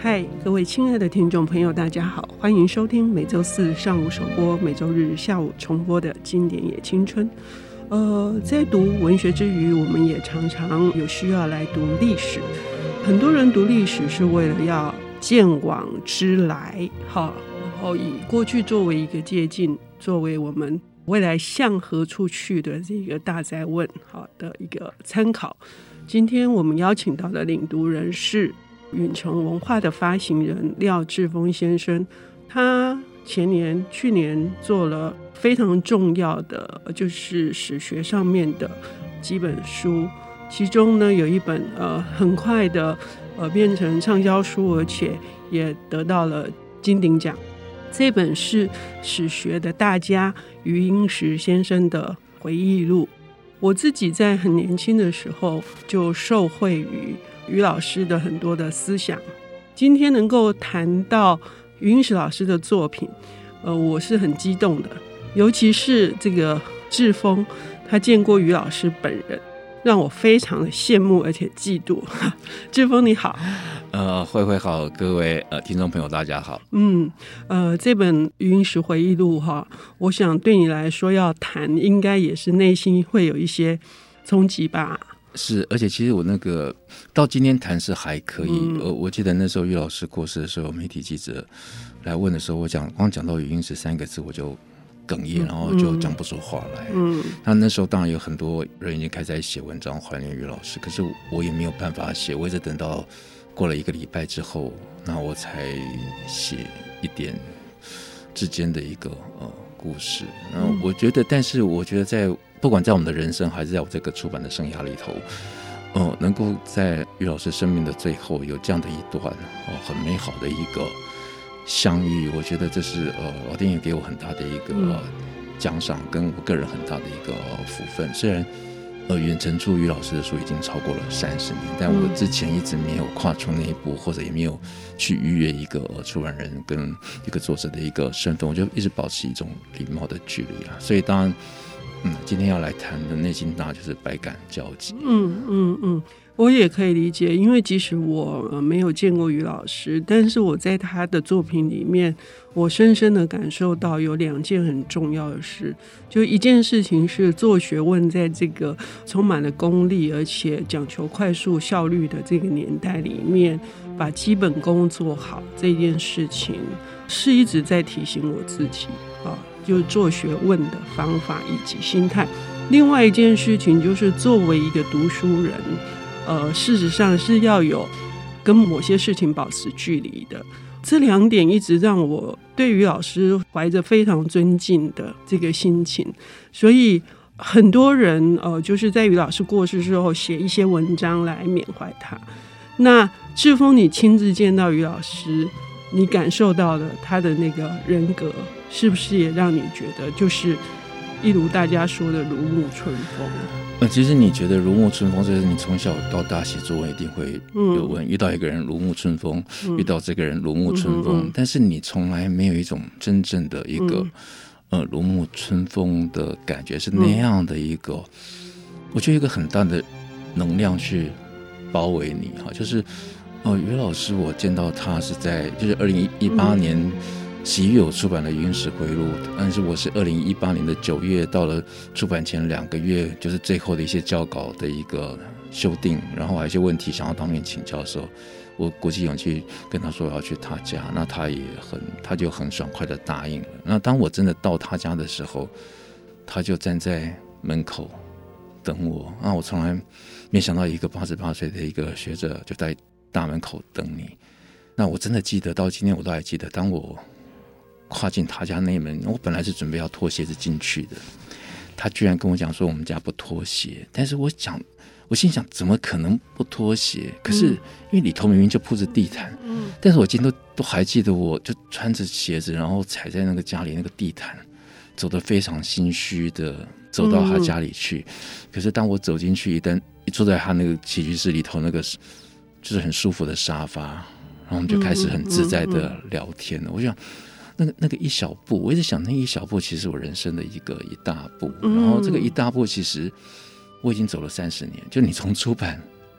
嗨，各位亲爱的听众朋友大家好，欢迎收听每周四上午首播，每周日下午重播的经典也青春。在读文学之余，我们也常常有需要来读历史。很多人读历史是为了要见往知来，然后以过去作为一个借鉴，作为我们未来向何处去的这个大哉问的一个参考。今天我们邀请到的领读人是允城文化的发行人廖志峰先生，他去年做了非常重要的就是史学上面的几本书，其中呢有一本很快的变成畅销书，而且也得到了金鼎奖。这本是史学的大家余英时先生的回忆录。我自己在很年轻的时候就受惠于余老师的很多的思想。今天能够谈到余英时老师的作品，我是很激动的，尤其是这个志峰，他见过余老师本人，让我非常的羡慕而且嫉妒。志峰你好。 慧好，各位听众朋友大家好。 这本余英时回忆录我想对你来说要谈，应该也是内心会有一些冲击吧。 是，而且其实我那个到今天谈是还可以。我记得那时候余老师过世的时候，媒体记者来问的时候，我光讲到余英时3个字我就哽咽，然后就讲不出话来。那时候当然有很多人已经开始在写文章怀念余老师，可是我也没有办法写，我一直等到过了1个礼拜之后，那我才写一点之间的一个故事。我觉得，但是我觉得不管在我们的人生还是在我这个出版的生涯里头，能够在余老师生命的最后有这样的一段很美好的一个相遇，我觉得这是老天爷给我很大的一个奖赏，跟我个人很大的一个福分。虽然远程出余老师的书已经超过了30年，但我之前一直没有跨出那一步，或者也没有去逾越一个出版人跟一个作者的一个身份，我就一直保持一种礼貌的距离啦。所以当然今天要来谈的内心当然就是百感交集。 我也可以理解，因为即使我没有见过余老师，但是我在他的作品里面，我深深的感受到有2件很重要的事。就一件事情是做学问，在这个充满了功利而且讲求快速效率的这个年代里面，把基本功做好这件事情是一直在提醒我自己就是做学问的方法以及心态。另外一件事情就是作为一个读书人，事实上是要有跟某些事情保持距离的。这2点一直让我对余老师怀着非常尊敬的这个心情。所以很多人就是在余老师过世之后写一些文章来缅怀他。那志峰，你亲自见到余老师，你感受到的他的那个人格，是不是也让你觉得就是一如大家说的如沐春风？ 其实你觉得如沐春风，就是你从小到大写作文一定会有问，遇到一个人如沐春风，遇到这个人如沐春风，但是你从来没有一种真正的一个如沐春风的感觉，是那样的一个我觉得一个很大的能量去包围你。就是余老师我见到他是在就是2018年11月我出版了余英时回忆录，但是我是2018年的9月到了出版前2个月，就是最后的一些校稿的一个修订，然后还有一些问题想要当面请教的时候，我鼓起勇气跟他说我要去他家，那他就很爽快的答应了。那当我真的到他家的时候，他就站在门口等我。那我从来没想到一个88岁的一个学者就在大门口等你。那我真的记得到今天我都还记得，当我跨进他家内门，我本来是准备要脱鞋子进去的，他居然跟我讲说我们家不脱鞋。但是我心想怎么可能不脱鞋？可是因为里头明明就铺着地毯，但是我今天都还记得，我就穿着鞋子，然后踩在那个家里那个地毯，走得非常心虚的走到他家里去。可是当我走进去，一坐在他那个起居室里头，那个就是很舒服的沙发，然后我们就开始很自在的聊天了。我想那个一小步，我一直想那一小步其实我人生的一大步，然后这个一大步其实我已经走了30年。就你从出版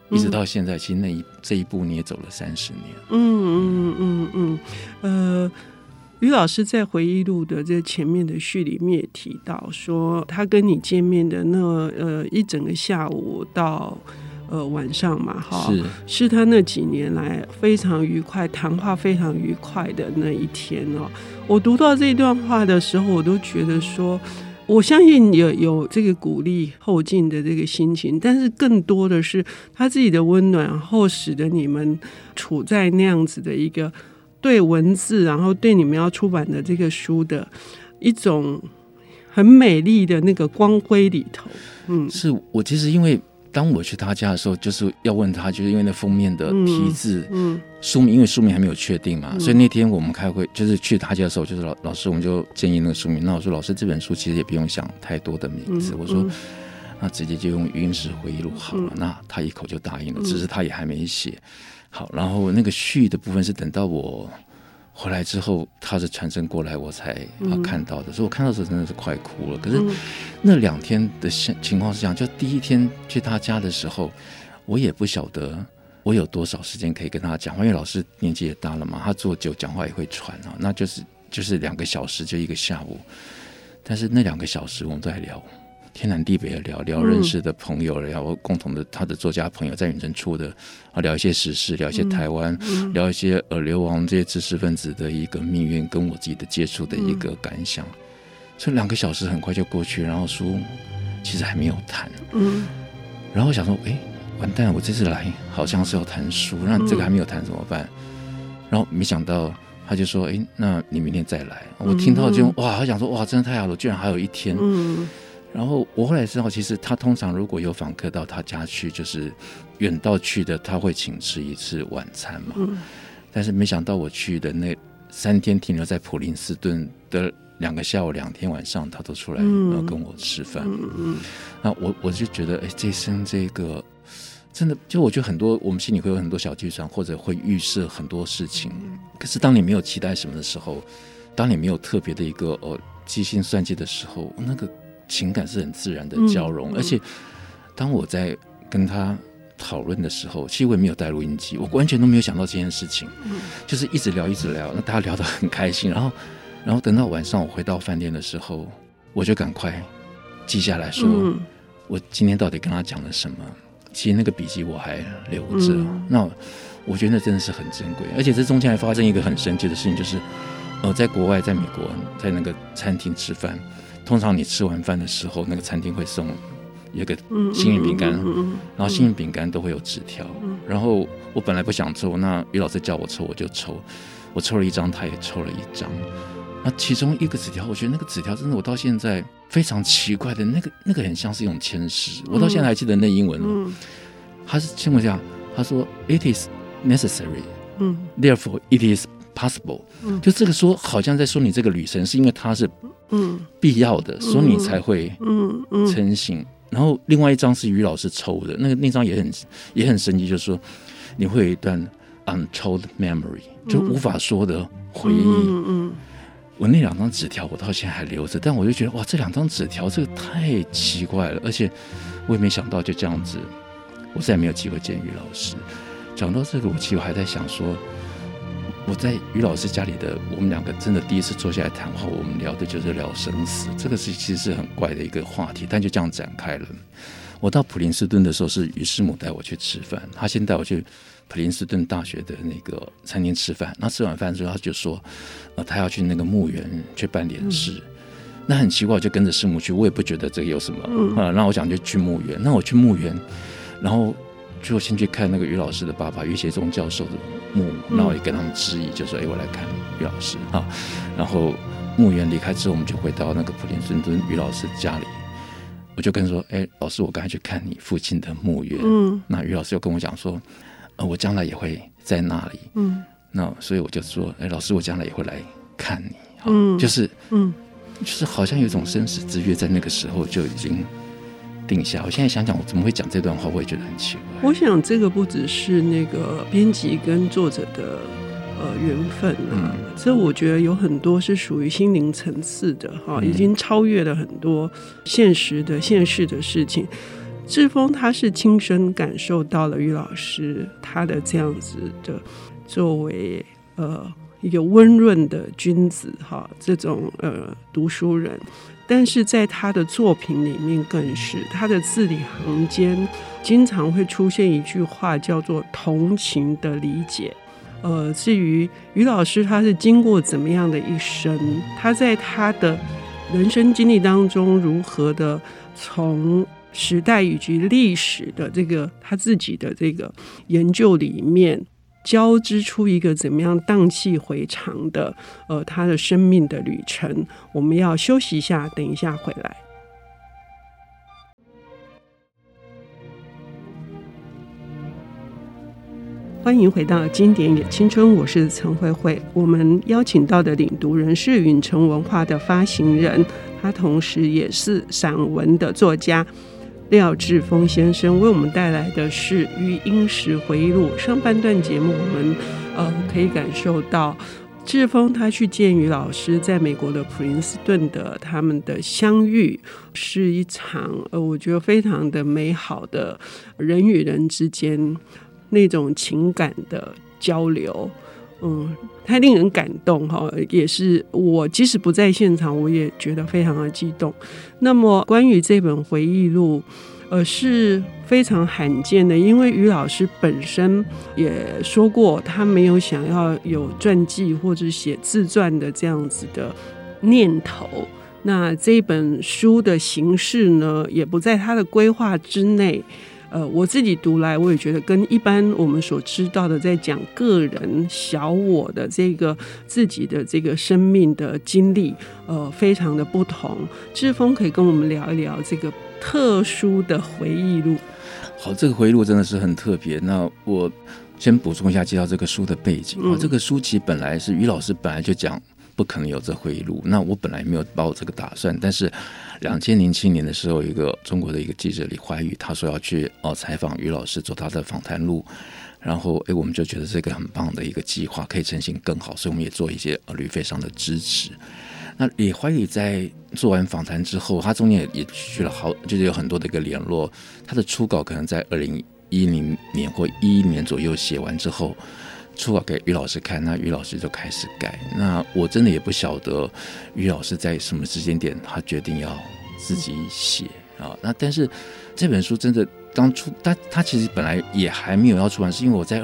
一直到现在，其实这一步你也走了30年。 于老师在回忆录的这前面的序里面也提到说，他跟你见面的一整个下午到晚上嘛，哈，是他那几年来非常愉快，谈话非常愉快的那一天哦。我读到这段话的时候，我都觉得说，我相信有这个鼓励后进的这个心情，但是更多的是他自己的温暖，然后使得你们处在那样子的一个对文字，然后对你们要出版的这个书的一种很美丽的那个光辉里头。 是我其实因为当我去他家的时候，就是要问他，就是因为那封面的题字，书名，因为书名还没有确定嘛，所以那天我们开会，就是去他家的时候，就是老师我们就建议那个书名。那我说老师这本书其实也不用想太多的名字，我说那直接就用余英时回忆录好了。那他一口就答应了，只是他也还没写好。然后那个序的部分是等到我回来之后，他是传真过来我才看到的，所以我看到的时候真的是快哭了。可是那2天的情况是这样，就第一天去他家的时候，我也不晓得我有多少时间可以跟他讲话，因为老师年纪也大了嘛，他坐久讲话也会喘啊，那就是2个小时就一个下午，但是那2个小时我们都在聊天南地北的聊认识的朋友，聊共同的他的作家朋友在远征出的聊一些时事，聊一些台湾，聊一些流亡这些知识分子的一个命运，跟我自己的接触的一个感想。所以2个小时很快就过去，然后书其实还没有谈。然后我想说，完蛋了，我这次来好像是要谈书，那这个还没有谈怎么办？然后没想到他就说，那你明天再来。我听到就哇，他想说哇，真的太好了，居然还有一天。然后我后来知道，其实他通常如果有访客到他家去，就是远道去的，他会请吃一次晚餐嘛。但是没想到我去的那3天停留在普林斯顿的2个下午2天晚上，他都出来跟我吃饭。那我就觉得，这一生这个真的，就我觉得很多我们心里会有很多小剧场，或者会预设很多事情。可是当你没有期待什么的时候，当你没有特别的一个计心算计的时候，那个情感是很自然的交融。而且当我在跟他讨论的时候，其实我也没有带录音机，我完全都没有想到这件事情，就是一直聊，那大家聊得很开心。然后等到晚上我回到饭店的时候，我就赶快记下来说，我今天到底跟他讲了什么。其实那个笔记我还留着。那我觉得那真的是很珍贵。而且这中间还发生一个很神奇的事情，就是在国外，在美国，在那个餐厅吃饭，通常你吃完饭的时候，那个餐厅会送一个幸运饼干，然后幸运饼干都会有纸条。然后我本来不想抽，那于老师叫我抽，我就抽。我抽了1张，他也抽了1张。那其中一个纸条，我觉得那个纸条真的，我到现在非常奇怪的，那个很像是一种签诗。我到现在还记得那英文他是这么讲，他说 "It is necessary, therefore it is possible"，就这个说好像在说你这个旅程是因为它是必要的，所以你才会成行。然后另外1张是于老师抽的，那张也很神奇，就是说你会有一段 untold memory， 就无法说的回忆。我那2张纸条我到现在还留着，但我就觉得哇，这2张纸条这个太奇怪了，而且我也没想到就这样子，我再也没有机会见于老师。讲到这个，其实我还在想说，我在于老师家里的，我们2个真的第一次坐下来谈话，我们聊的就是聊生死，这个其实是很怪的一个话题，但就这样展开了。我到普林斯顿的时候是于师母带我去吃饭，他先带我去普林斯顿大学的那个餐厅吃饭，那吃完饭之后他就说他要去那个墓园去办点事。那很奇怪，我就跟着师母去，我也不觉得这个有什么那我想就去墓园。那我去墓园，然后就先去看那个于老师的爸爸于协仲教授的墓，然后也跟他们致意，就说我来看于老师然后墓园离开之后，我们就回到那个普林斯顿于老师家里。我就跟说，老师，我刚才去看你父亲的墓园。那于老师又跟我讲说，我将来也会在那里。那所以我就说，老师，我将来也会来看你。就是好像有一种生死之约，在那个时候就已经定下。我现在想想，我怎么会讲这段话，我也觉得很奇怪。 我想这个不只是那个编辑跟作者的缘分这我觉得有很多是属于心灵层次的已经超越了很多现实的现世的事情。 志峰他是亲身感受到了于老师他的这样子的作为一个温润的君子哈，这种读书人，但是在他的作品里面更是他的字里行间经常会出现一句话叫做同情的理解。至于于老师他是经过怎么样的一生，他在他的人生经历当中如何的从时代以及历史的这个他自己的这个研究里面交织出一个怎么样荡气回肠的他的生命的旅程。我们要休息一下，等一下回来。欢迎回到经典也青春，我是陈慧慧。我们邀请到的领读人是允城文化的发行人，他同时也是散文的作家廖志峰先生，为我们带来的是《余英时回忆录》。上半段节目我们可以感受到志峰他去见于老师在美国的普林斯顿的他们的相遇，是一场我觉得非常的美好的人与人之间那种情感的交流，太令人感动哈，也是我即使不在现场，我也觉得非常的激动。那么关于这本回忆录，是非常罕见的，因为于老师本身也说过，他没有想要有传记或者写自传的这样子的念头。那这本书的形式呢，也不在他的规划之内。我自己读来，我也觉得跟一般我们所知道的在讲个人小我的这个自己的这个生命的经历，非常的不同。志峰可以跟我们聊一聊这个特殊的回忆录。 好，这个回忆录真的是很特别。那我先补充一下介绍这个书的背景。这个书其实本来是于老师本来就讲不可能有这回忆录，那我本来没有抱这个打算，但是2007年的时候，有一个中国的一个记者李怀宇，他说要去采访于老师，做他的访谈录，然后我们就觉得这个很棒的一个计划，可以成型更好，所以我们也做一些旅费上的支持。那李怀宇在做完访谈之后，他中间也去了就是有很多的一个联络，他的初稿可能在2010年或2011年左右写完之后，初稿给于老师看，那于老师就开始改。那我真的也不晓得于老师在什么时间点他决定要自己写啊。那但是这本书真的当初他其实本来也还没有要出版，是因为我在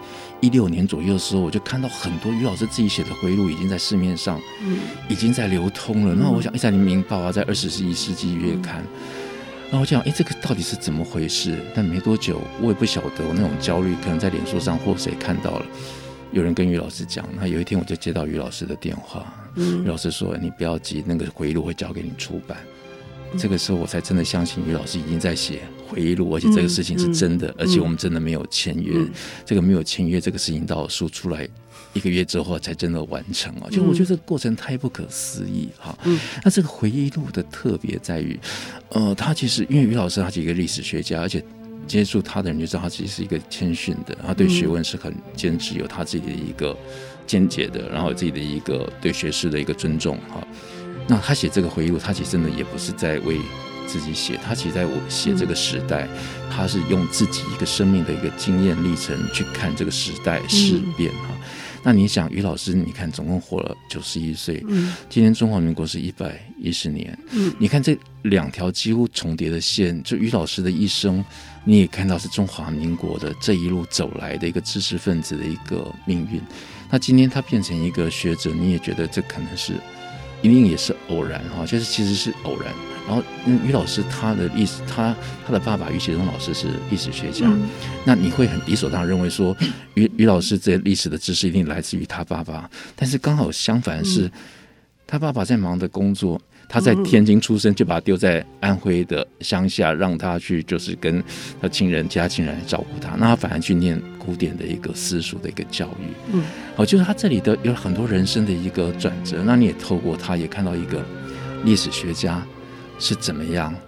2016年左右的时候，我就看到很多于老师自己写的回忆录已经在市面上已经在流通了。那我想在《民报》啊，在21世纪月刊，然后我想这个到底是怎么回事？但没多久我也不晓得，我那种焦虑可能在脸书上或谁看到了，有人跟于老师讲。那有一天我就接到于老师的电话，于老师说你不要急，那个回忆录会交给你出版。这个时候我才真的相信于老师已经在写回忆录，而且这个事情是真的，而且我们真的没有签约。这个没有签约这个事情到书出来1个月之后才真的完成啊！就我觉得这个过程太不可思议哈。那这个回忆录的特别在于，他其实因为于老师他是一个历史学家，而且接触他的人就知道他其实是一个谦逊的，他对学问是很坚持，有他自己的一个见解的，然后有自己的一个对学识的一个尊重哈。那他写这个回忆录，他其实真的也不是在为自己写，他其实在写这个时代，他是用自己一个生命的一个经验历程去看这个时代事变哈。那你想于老师你看总共活了91岁，今年中华民国是110年，你看这2条几乎重叠的线，就于老师的一生你也看到是中华民国的这一路走来的一个知识分子的一个命运。那今天他变成一个学者，你也觉得这可能是一定也是偶然哈，就是其实是偶然。然后于老师他的历史，他的爸爸于启忠老师是历史学家，那你会很理所当然认为说于老师这历史的知识一定来自于他爸爸，但是刚好相反是，他爸爸在忙的工作，他在天津出生，就把他丢在安徽的乡下，让他去就是跟他亲人其他亲人来照顾他，那他反而去念古典的一个私塾的一个教育，就是他这里的有很多人生的一个转折，那你也透过他也看到一个历史学家是怎么样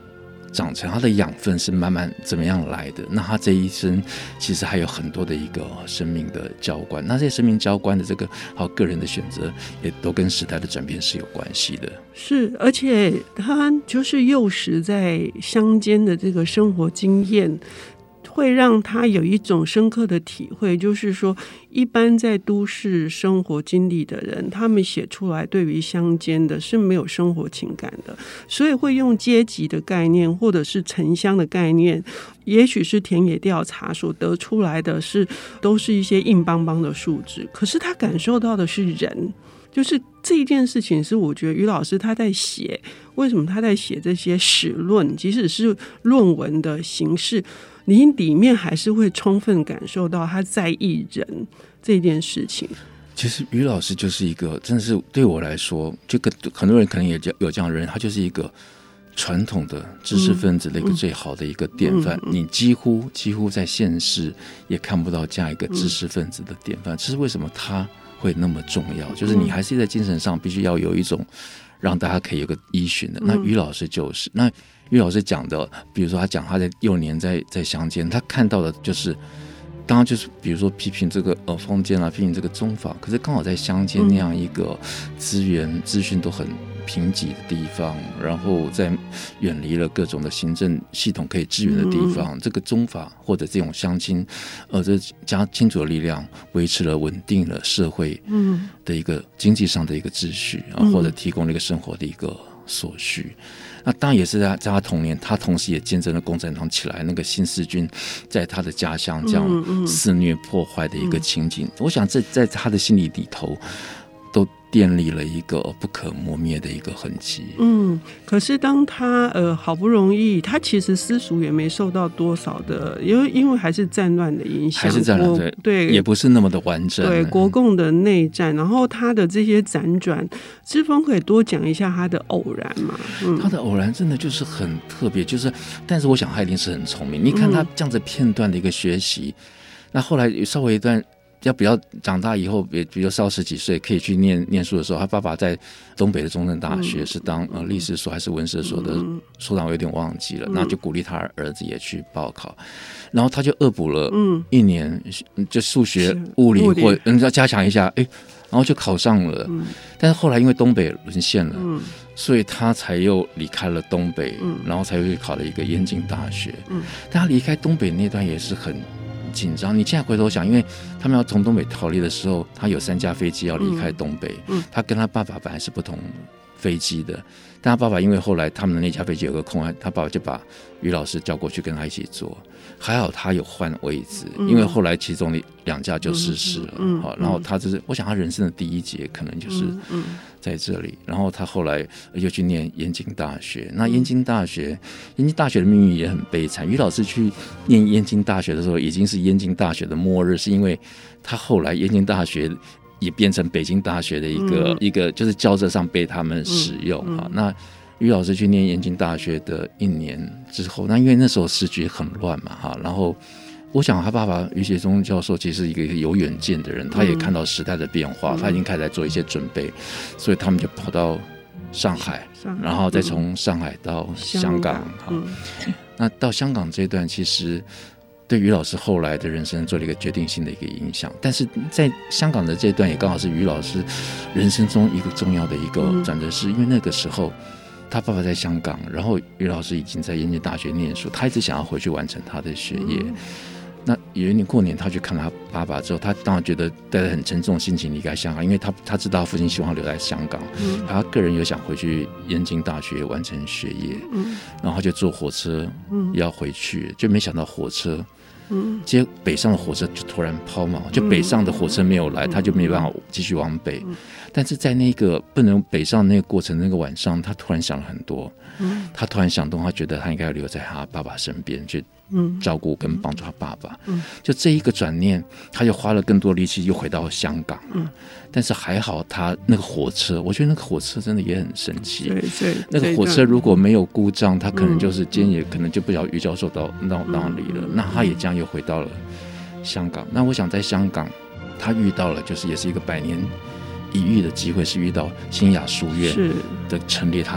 长成，他的养分是慢慢怎么样来的。那他这一生其实还有很多的一个生命的浇灌，那这些生命浇灌的这个还有个人的选择，也都跟时代的转变是有关系的。 是，而且他就是幼时在乡间的这个生活经验，会让他有一种深刻的体会，就是说一般在都市生活经历的人，他们写出来对于乡间的是没有生活情感的，所以会用阶级的概念或者是城乡的概念，也许是田野调查所得出来的都是一些硬邦邦的数字，可是他感受到的是人。就是这一件事情是我觉得于老师他在写，为什么他在写这些史论，即使是论文的形式，你里面还是会充分感受到他在意人这件事情。 其实于老师就是一个，真的是对我来说，就很多人可能也有这样的人，他就是一个传统的知识分子的一个最好的一个典范。你几乎在现世也看不到这样一个知识分子的典范。这是为什么他会那么重要，就是你还是在精神上必须要有一种让大家可以有个依循的。那于老师就是，那于老师讲的，比如说他讲他在幼年在乡间，他看到的就是刚刚就是比如说批评这个封建啊，批评这个宗法，可是刚好在乡间那样一个资源资讯都很贫瘠的地方，然后在远离了各种的行政系统可以支援的地方，这个宗法或者这种乡亲这家亲族的力量维持了稳定了社会的一个经济上的一个秩序，或者提供了一个生活的一个所需。那当然也是在他童年，他同时也见证了共产党起来那个新四军在他的家乡这样肆虐破坏的一个情景。我想这在他的心里里头都奠立了一个不可磨灭的一个痕迹。 可是当他好不容易，他其实私塾也没受到多少的，因为还是战乱的影响， 还是战乱，对，也不是那么的完整。 对，国共的内战，然后他的这些辗转，志峰可以多讲一下他的偶然嘛？ 他的偶然真的就是很特别，但是我想他一定是很聪明。你看他这样子片段的一个学习，那后来稍微一段。要比较长大以后，比如稍10几岁可以去念书的时候，他爸爸在东北的中正大学是当历史所还是文史所的所长，我有点忘记了。那就鼓励他儿子也去报考，然后他就恶补了1年，就数学、物理或要加强一下，然后就考上了。但是后来因为东北沦陷了，所以他才又离开了东北，然后才又去考了一个燕京大学。但他离开东北那段也是很紧张。你现在回头想，因为他们要从东北逃离的时候，他有3架飞机要离开东北，他跟他爸爸本来是不同飞机的，但他爸爸因为后来他们的那架飞机有个空，他爸爸就把于老师叫过去跟他一起坐，还好他有换位置，因为后来其中2架就失事了。然后他我想他人生的第一节可能就是在这里，然后他后来又去念燕京大学。那燕京大学的命运也很悲惨。于老师去念燕京大学的时候，已经是燕京大学的末日，是因为他后来燕京大学也变成北京大学的一个就是教则上被他们使用。那于老师去念燕京大学的1年之后，那因为那时候时局很乱嘛，然后我想他爸爸于学忠教授其实是一个有远见的人，他也看到时代的变化，他已经开始在做一些准备，所以他们就跑到上海，然后再从上海到香港。那到香港这段其实对于老师后来的人生做了一个决定性的一个影响，但是在香港的这段也刚好是于老师人生中一个重要的一个转折，是因为那个时候他爸爸在香港，然后于老师已经在燕京大学念书，他一直想要回去完成他的学业。那有一年过年他去看他爸爸之后，他当然觉得带着很沉重的心情离开香港，因为他知道父亲希望留在香港，他个人有想回去燕京大学完成学业，然后他就坐火车要回去，就没想到火车接北上的火车就突然抛锚，就北上的火车没有来，他就没办法继续往北。但是在那个不能北上那个过程，那个晚上他突然想了很多，他突然想通，他觉得他应该要留在他爸爸身边去照顾跟帮助他爸爸。就这一个转念，他就花了更多力气又回到香港。但是还好他那个火车，我觉得那个火车真的也很神奇。 对， 那个火车如果没有故障，他可能就是今天也可能就不晓得于教授到哪里了。那他也这样又回到了香港。那我想在香港他遇到了就是也是一个100年一遇的机会，是遇到新雅书院的成立，他第一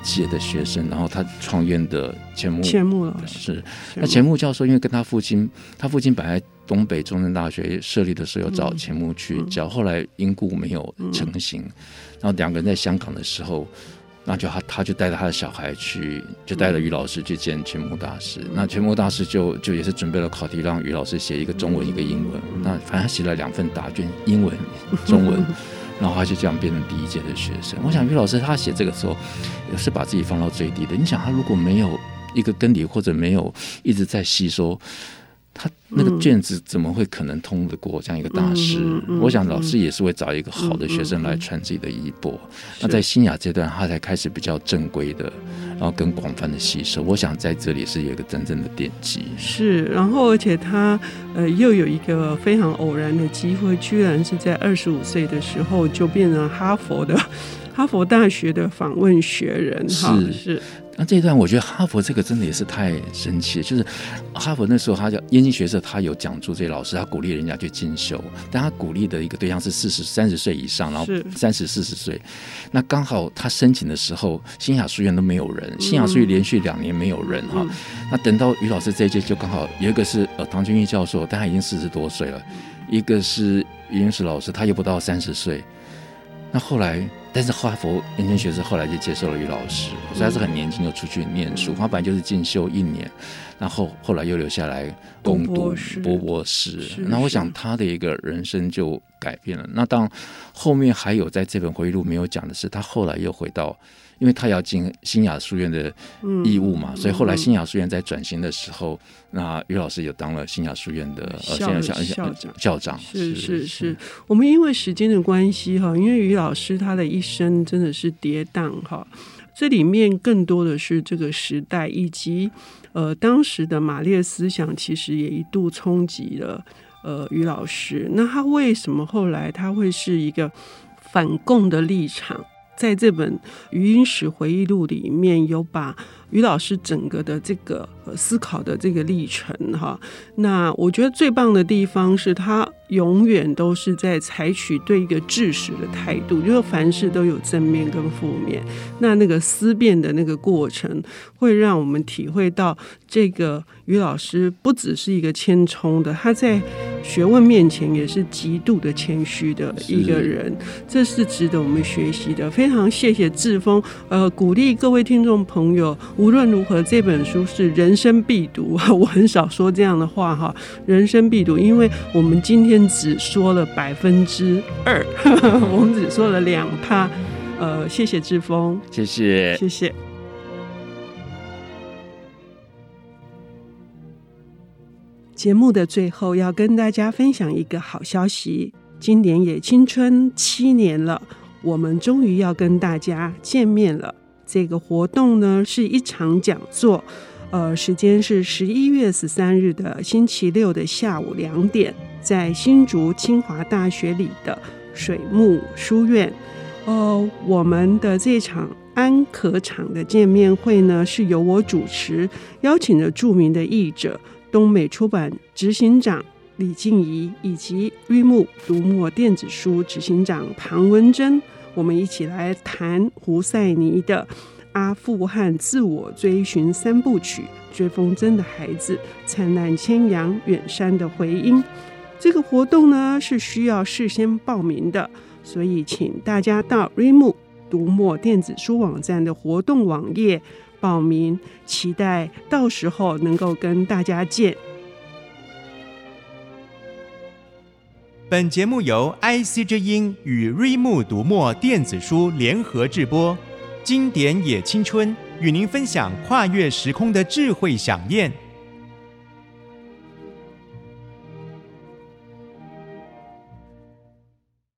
届的学生，然后他创院的钱穆老师。那钱穆教授因为跟他父亲本来东北中正大学设立的时候有找钱穆去教，后来因故没有成型，然后两个人在香港的时候，那就他就带着他的小孩去，就带了于老师去见钱穆大师。那钱穆大师就也是准备了考题让于老师写一个中文一个英文，那反正他写了2份答卷，英文中文然后他就这样变成第一届的学生。我想于老师他写这个时候也是把自己放到最低的，你想他如果没有一个根底，或者没有一直在吸收，他那个卷子怎么会可能通得过这样一个大师？我想老师也是会找一个好的学生来传自己的衣钵。那在新雅阶段他才开始比较正规的，然后更广泛的吸收。我想在这里是有一个真正的奠基。 是，然后而且他又有一个非常偶然的机会，居然是在25岁的时候就变成哈佛大学的访问学人。是。 那这一段我觉得哈佛这个真的也是太神奇了，就是哈佛那时候他叫燕京学社，他有讲座，这些老师他鼓励人家去进修，但他鼓励的一个对象是30岁以上，然后30、40岁。那刚好他申请的时候，新雅书院都没有人，新雅书院连续2年没有人哈。那等到于老师这一届就刚好有一个是唐君毅教授，但他已经40多岁了，一个是于英时老师，他又不到30岁。那后来，但是哈佛燕京学社后来就接受了于老师，所以他是很年轻就出去念书，他本来就是进修1年，然后后来又留下来攻读博士。那我想他的一个人生就改变了。那当后面还有在这本回忆录没有讲的是，他后来又回到，因为他要进新雅书院的义务嘛，所以后来新雅书院在转型的时候，那于老师也当了新雅书院的校长。是。 我们因为时间的关系哈，因为于老师他的一生真的是跌宕哈，这里面更多的是这个时代以及当时的马列思想，其实也一度冲击了于老师。那他为什么后来他会是一个反共的立场？在这本余英时回忆录里面有把于老师整个的这个思考的这个历程哈。那我觉得最棒的地方是他永远都是在采取对一个治史的态度，就是凡事都有正面跟负面，那个思辨的那个过程会让我们体会到这个于老师不只是一个谦冲的，他在学问面前也是极度的谦虚的一个人，这是值得我们学习的。非常谢谢志峰，鼓励各位听众朋友，无论如何这本书是人生必读，我很少说这样的话哈，人生必读，因为我们今天只说了2%，我们只说了2%。谢谢志峰， 谢谢。 节目的最后要跟大家分享一个好消息，经典也青春7年了，我们终于要跟大家见面了。这个活动呢是一场讲座，时间是11月13日的星期六的下午2点，在新竹清华大学里的水木书院。我们的这场安可场的见面会呢是由我主持，邀请了著名的译者东美出版执行长李静怡以及玉木读墨电子书执行长庞文珍，我们一起来谈胡塞尼的阿富汗自我追寻3部曲，追风筝的孩子，灿烂千阳，远山的回音。这个活动呢是需要事先报名的，所以请大家到瑞木读墨电子书网站的活动网页报名，期待到时候能够跟大家见。 本节目由 IC 之音与瑞木读墨电子书联合制播，经典也青春与您分享跨越时空的智慧饗宴。